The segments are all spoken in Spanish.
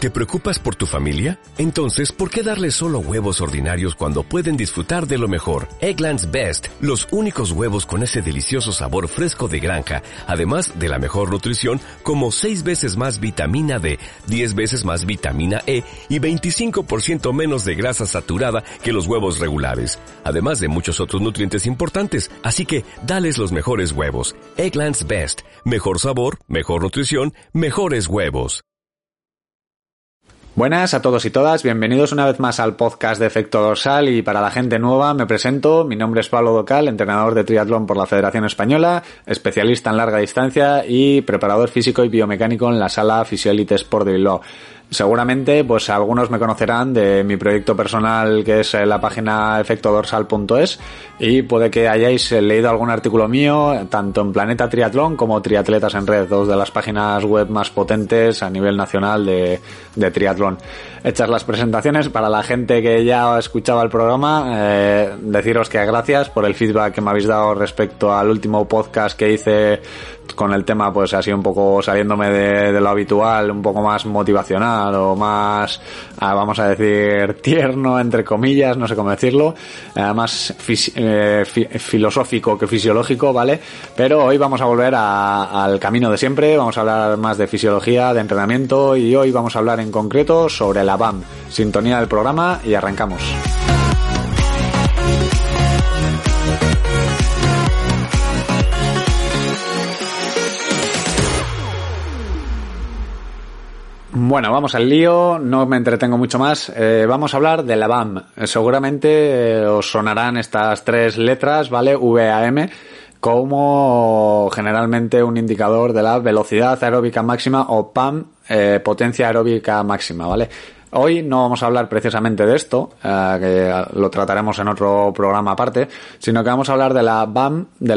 ¿Te preocupas por tu familia? Entonces, ¿por qué darles solo huevos ordinarios cuando pueden disfrutar de lo mejor? Eggland's Best, los únicos huevos con ese delicioso sabor fresco de granja, además de la mejor nutrición, como 6 veces más vitamina D, 10 veces más vitamina E y 25% menos de grasa saturada que los huevos regulares, además de muchos otros nutrientes importantes. Así que, dales los mejores huevos. Eggland's Best, mejor sabor, mejor nutrición, mejores huevos. Buenas a todos y todas, bienvenidos una vez más al podcast de Efecto Dorsal, y para la gente nueva me presento. Mi nombre es Pablo Docal, entrenador de triatlón por la Federación Española, especialista en larga distancia y preparador físico y biomecánico en la Sala Fisiolite Sport de Bilbao. Seguramente pues algunos me conocerán de mi proyecto personal, que es la página efectodorsal.es, y puede que hayáis leído algún artículo mío tanto en Planeta Triatlón como Triatletas en Red, dos de las páginas web más potentes a nivel nacional de triatlón. Hechas las presentaciones, para la gente que ya escuchaba el programa, deciros que gracias por el feedback que me habéis dado respecto al último podcast que hice con el tema, pues así un poco saliéndome de lo habitual, un poco más motivacional o más, vamos a decir, tierno, entre comillas, no sé cómo decirlo, más filosófico que fisiológico, ¿vale? Pero hoy vamos a volver al camino de siempre, vamos a hablar más de fisiología, de entrenamiento, y hoy vamos a hablar en concreto sobre la BAM. Sintonía del programa y arrancamos. Bueno, vamos al lío, no me entretengo mucho más. Vamos a hablar de la BAM. Seguramente os sonarán estas 3 letras, ¿vale? VAM, como generalmente un indicador de la velocidad aeróbica máxima, o PAM, potencia aeróbica máxima, ¿vale? Hoy no vamos a hablar precisamente de esto, que lo trataremos en otro programa aparte, sino que vamos a hablar de la BAM, de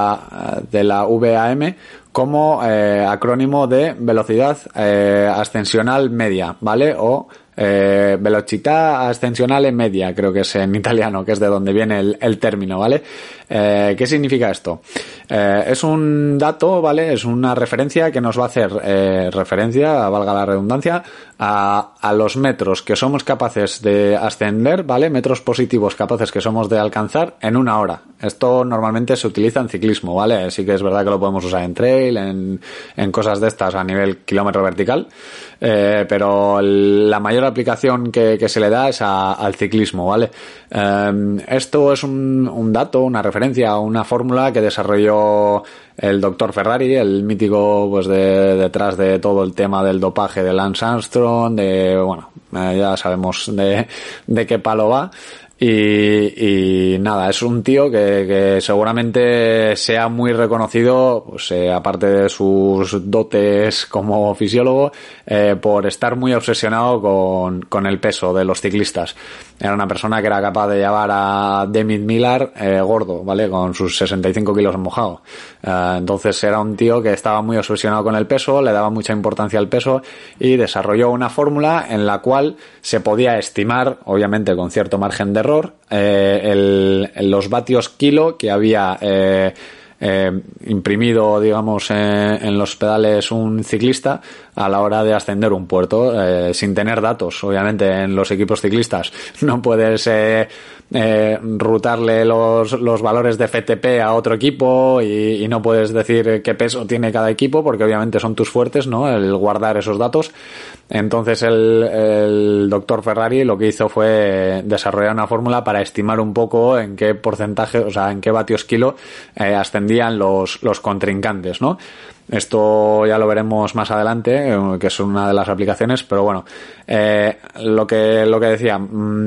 la VAM, como acrónimo de velocidad ascensional media, ¿vale? O velocità ascensionale media, creo que es en italiano, que es de donde viene el término, ¿vale? ¿Qué significa esto? Es un dato, ¿vale? Es una referencia que nos va a hacer referencia, valga la redundancia, a los metros que somos capaces de ascender, ¿vale? Metros positivos capaces que somos de alcanzar en una hora. Esto normalmente se utiliza en ciclismo, ¿vale? Sí que es verdad que lo podemos usar en trail, en cosas de estas a nivel kilómetro vertical, pero la mayor aplicación que se le da es al ciclismo, ¿vale? Esto es un dato, una referencia, una fórmula que desarrolló el doctor Ferrari, el mítico, pues detrás de todo el tema del dopaje de Lance Armstrong, ya sabemos de qué palo va. Y nada, es un tío que seguramente sea muy reconocido, pues aparte de sus dotes como fisiólogo, por estar muy obsesionado con el peso de los ciclistas. Era una persona que era capaz de llevar a David Millar gordo, ¿vale? Con sus 65 kilos en mojado. Entonces era un tío que estaba muy obsesionado con el peso, le daba mucha importancia al peso, y desarrolló una fórmula en la cual se podía estimar, obviamente con cierto margen de error, los vatios kilo que había imprimido, digamos, en los pedales un ciclista a la hora de ascender un puerto, sin tener datos. Obviamente en los equipos ciclistas no puedes rutarle los valores de FTP a otro equipo, y no puedes decir qué peso tiene cada equipo, porque obviamente son tus fuertes, ¿no? El guardar esos datos. Entonces el doctor Ferrari lo que hizo fue desarrollar una fórmula para estimar un poco en qué porcentaje, o sea, en qué vatios kilo ascendían los contrincantes, ¿no? Esto ya lo veremos más adelante, que es una de las aplicaciones, pero bueno, lo que decía,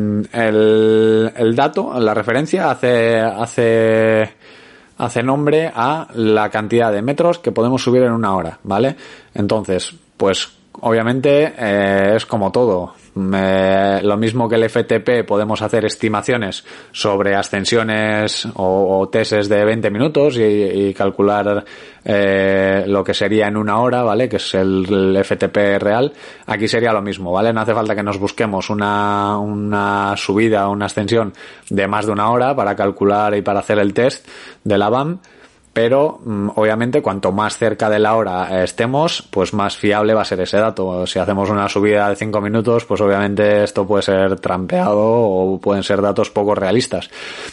el dato, la referencia hace nombre a la cantidad de metros que podemos subir en una hora, ¿vale? Entonces, pues obviamente es como todo. Lo mismo que el FTP, podemos hacer estimaciones sobre ascensiones o tests de 20 minutos y calcular lo que sería en una hora, ¿vale? Que es el FTP real. Aquí sería lo mismo, ¿vale? No hace falta que nos busquemos una subida o una ascensión de más de una hora para calcular y para hacer el test de la BAM. pero obviamente cuanto más cerca de la hora estemos, pues más fiable va a ser ese dato. Si hacemos una subida de 5 minutos, pues obviamente esto puede ser trampeado o pueden ser datos poco realistas.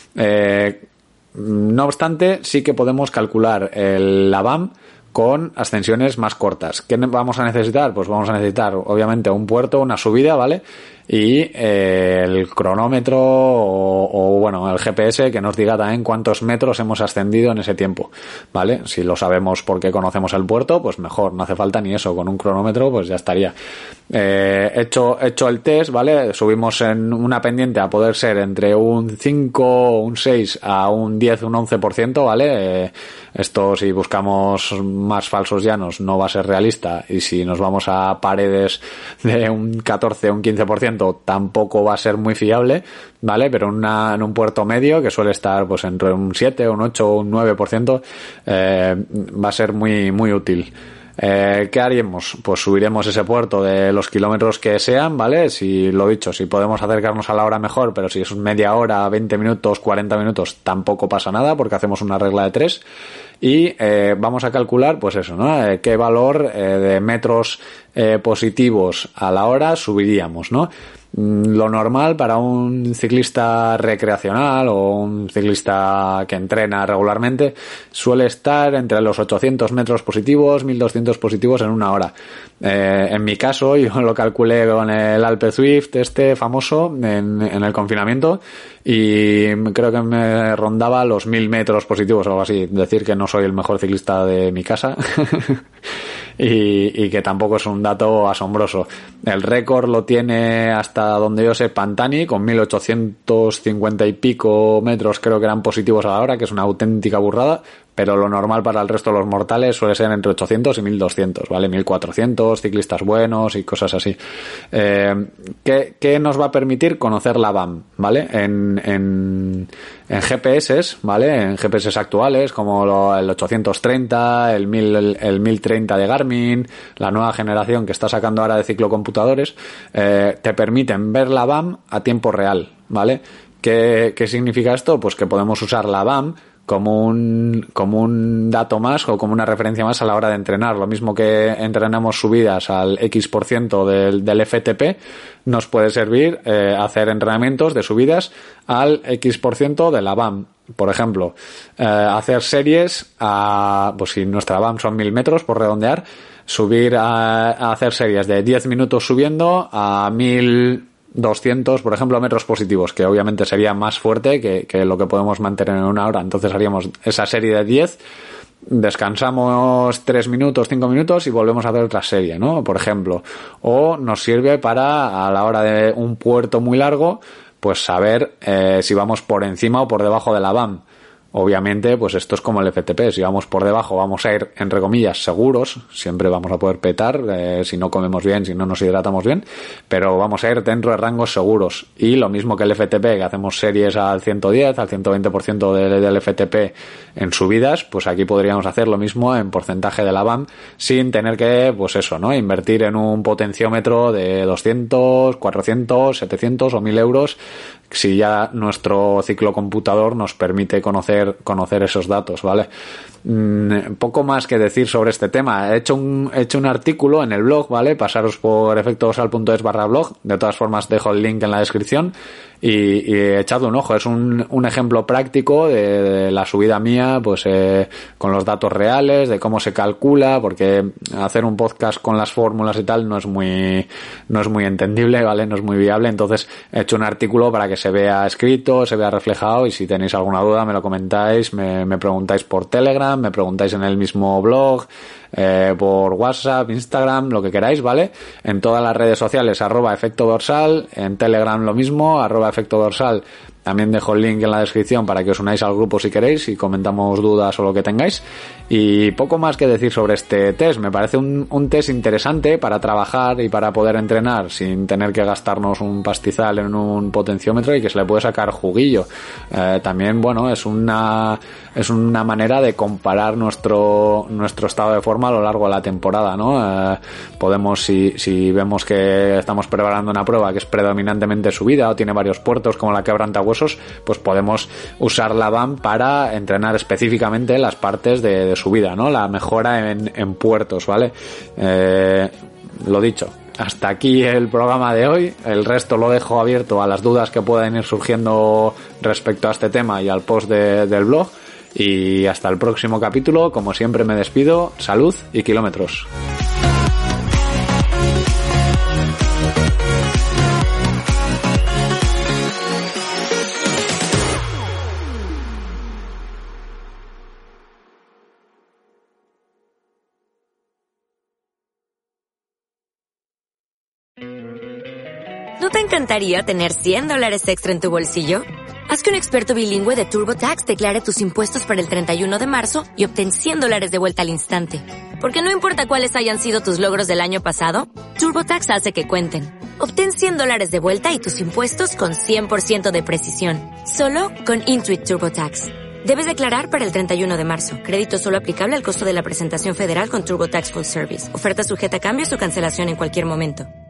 No obstante, sí que podemos calcular la BAM con ascensiones más cortas. ¿Qué vamos a necesitar? Pues vamos a necesitar obviamente un puerto, una subida, ¿vale? Y el cronómetro o bueno, el GPS que nos diga también cuántos metros hemos ascendido en ese tiempo, ¿vale? Si lo sabemos porque conocemos el puerto, pues mejor, no hace falta ni eso, con un cronómetro pues ya estaría. Hecho el test, ¿vale? Subimos en una pendiente a poder ser entre un 5, un 6 a un 10, un 11%, ¿vale? Esto si buscamos más falsos llanos no va a ser realista, y si nos vamos a paredes de un 14 o un 15% tampoco va a ser muy fiable, ¿vale? Pero en un puerto medio que suele estar pues entre un 7, un 8 o un 9%, va a ser muy, muy útil. ¿Qué haríamos? Pues subiremos ese puerto de los kilómetros que sean, ¿vale? Si lo dicho, si podemos acercarnos a la hora mejor, pero si es media hora, 20 minutos, 40 minutos, tampoco pasa nada porque hacemos una regla de 3 y vamos a calcular, pues eso, ¿no? Qué valor de metros positivos a la hora subiríamos, ¿no? Lo normal para un ciclista recreacional o un ciclista que entrena regularmente suele estar entre los 800 metros positivos, 1200 positivos en una hora. En mi caso, yo lo calculé con el Alpe Zwift famoso en el confinamiento y creo que me rondaba los 1000 metros positivos o algo así. Decir que no soy el mejor ciclista de mi casa y que tampoco es un dato asombroso. El récord lo tiene, hasta donde yo sé, Pantani, con 1850 y pico metros creo que eran positivos a la hora, que es una auténtica burrada, pero lo normal para el resto de los mortales suele ser entre 800 y 1200, ¿vale? 1400, ciclistas buenos y cosas así. ¿Qué nos va a permitir conocer la BAM, ¿vale? En GPS, ¿vale? En GPS actuales, como el 830, el 1030 de Garmin, la nueva generación que está sacando ahora de ciclocomputadores, te permiten ver la BAM a tiempo real, ¿vale? ¿Qué significa esto? Pues que podemos usar la BAM como un dato más o como una referencia más a la hora de entrenar. Lo mismo que entrenamos subidas al X% del FTP, nos puede servir hacer entrenamientos de subidas al X% de la BAM. Por ejemplo, hacer series pues si nuestra BAM son 1000 metros, por redondear, subir a hacer series de 10 minutos subiendo a 1200, por ejemplo, metros positivos, que obviamente sería más fuerte que lo que podemos mantener en una hora. Entonces haríamos esa serie de 10, descansamos 3 minutos, 5 minutos y volvemos a hacer otra serie, ¿no? Por ejemplo. O nos sirve para, a la hora de un puerto muy largo, pues saber si vamos por encima o por debajo de la BAM. Obviamente, pues esto es como el FTP. Si vamos por debajo, vamos a ir, entre comillas, seguros. Siempre vamos a poder petar, si no comemos bien, si no nos hidratamos bien. Pero vamos a ir dentro de rangos seguros. Y lo mismo que el FTP, que hacemos series al 110, al 120% del FTP en subidas, pues aquí podríamos hacer lo mismo en porcentaje de la BAM, sin tener que, pues eso, ¿no? Invertir en un potenciómetro de 200, 400, 700 o 1000 euros, si ya nuestro ciclocomputador nos permite conocer esos datos, ¿vale? Poco más que decir sobre este tema. He hecho un artículo en el blog, ¿vale? Pasaros por efectodorsal.es/blog. De todas formas, dejo el link en la descripción y echadle un ojo. Es un ejemplo práctico de la subida mía, pues con los datos reales, de cómo se calcula, porque hacer un podcast con las fórmulas y tal no es muy entendible, ¿vale? No es muy viable. Entonces he hecho un artículo para que se vea escrito, se vea reflejado, y si tenéis alguna duda me lo comentáis, me preguntáis por Telegram, me preguntáis en el mismo blog, por WhatsApp, Instagram, lo que queráis, ¿vale? En todas las redes sociales, @efectodorsal, en Telegram lo mismo, @efectodorsal. También dejo el link en la descripción para que os unáis al grupo si queréis y comentamos dudas o lo que tengáis. Y poco más que decir sobre este test. Me parece un test interesante para trabajar y para poder entrenar sin tener que gastarnos un pastizal en un potenciómetro y que se le puede sacar juguillo. También, bueno, es una manera de comparar nuestro estado de forma a lo largo de la temporada, ¿no? Podemos, si vemos que estamos preparando una prueba que es predominantemente subida o tiene varios puertos como la Quebranta huesos, pues podemos usar la BAM para entrenar específicamente las partes de subida, ¿no? La mejora en puertos, ¿vale? Lo dicho, hasta aquí el programa de hoy. El resto lo dejo abierto a las dudas que puedan ir surgiendo respecto a este tema y al post del blog. Y hasta el próximo capítulo. Como siempre me despido. Salud y kilómetros. ¿No te encantaría tener $100 extra en tu bolsillo? Haz que un experto bilingüe de TurboTax declare tus impuestos para el 31 de marzo y obtén $100 de vuelta al instante. Porque no importa cuáles hayan sido tus logros del año pasado, TurboTax hace que cuenten. Obtén $100 de vuelta y tus impuestos con 100% de precisión. Solo con Intuit TurboTax. Debes declarar para el 31 de marzo. Crédito solo aplicable al costo de la presentación federal con TurboTax Full Service. Oferta sujeta a cambios o cancelación en cualquier momento.